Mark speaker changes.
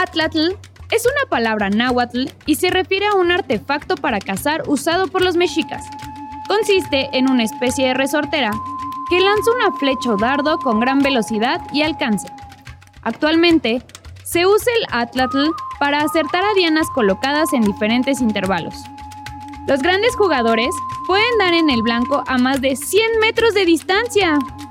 Speaker 1: Atlatl es una palabra náhuatl y se refiere a un artefacto para cazar usado por los mexicas. Consiste en una especie de resortera que lanza una flecha o dardo con gran velocidad y alcance. Actualmente, se usa el atlatl para acertar a dianas colocadas en diferentes intervalos. Los grandes jugadores pueden dar en el blanco a más de 100 metros de distancia.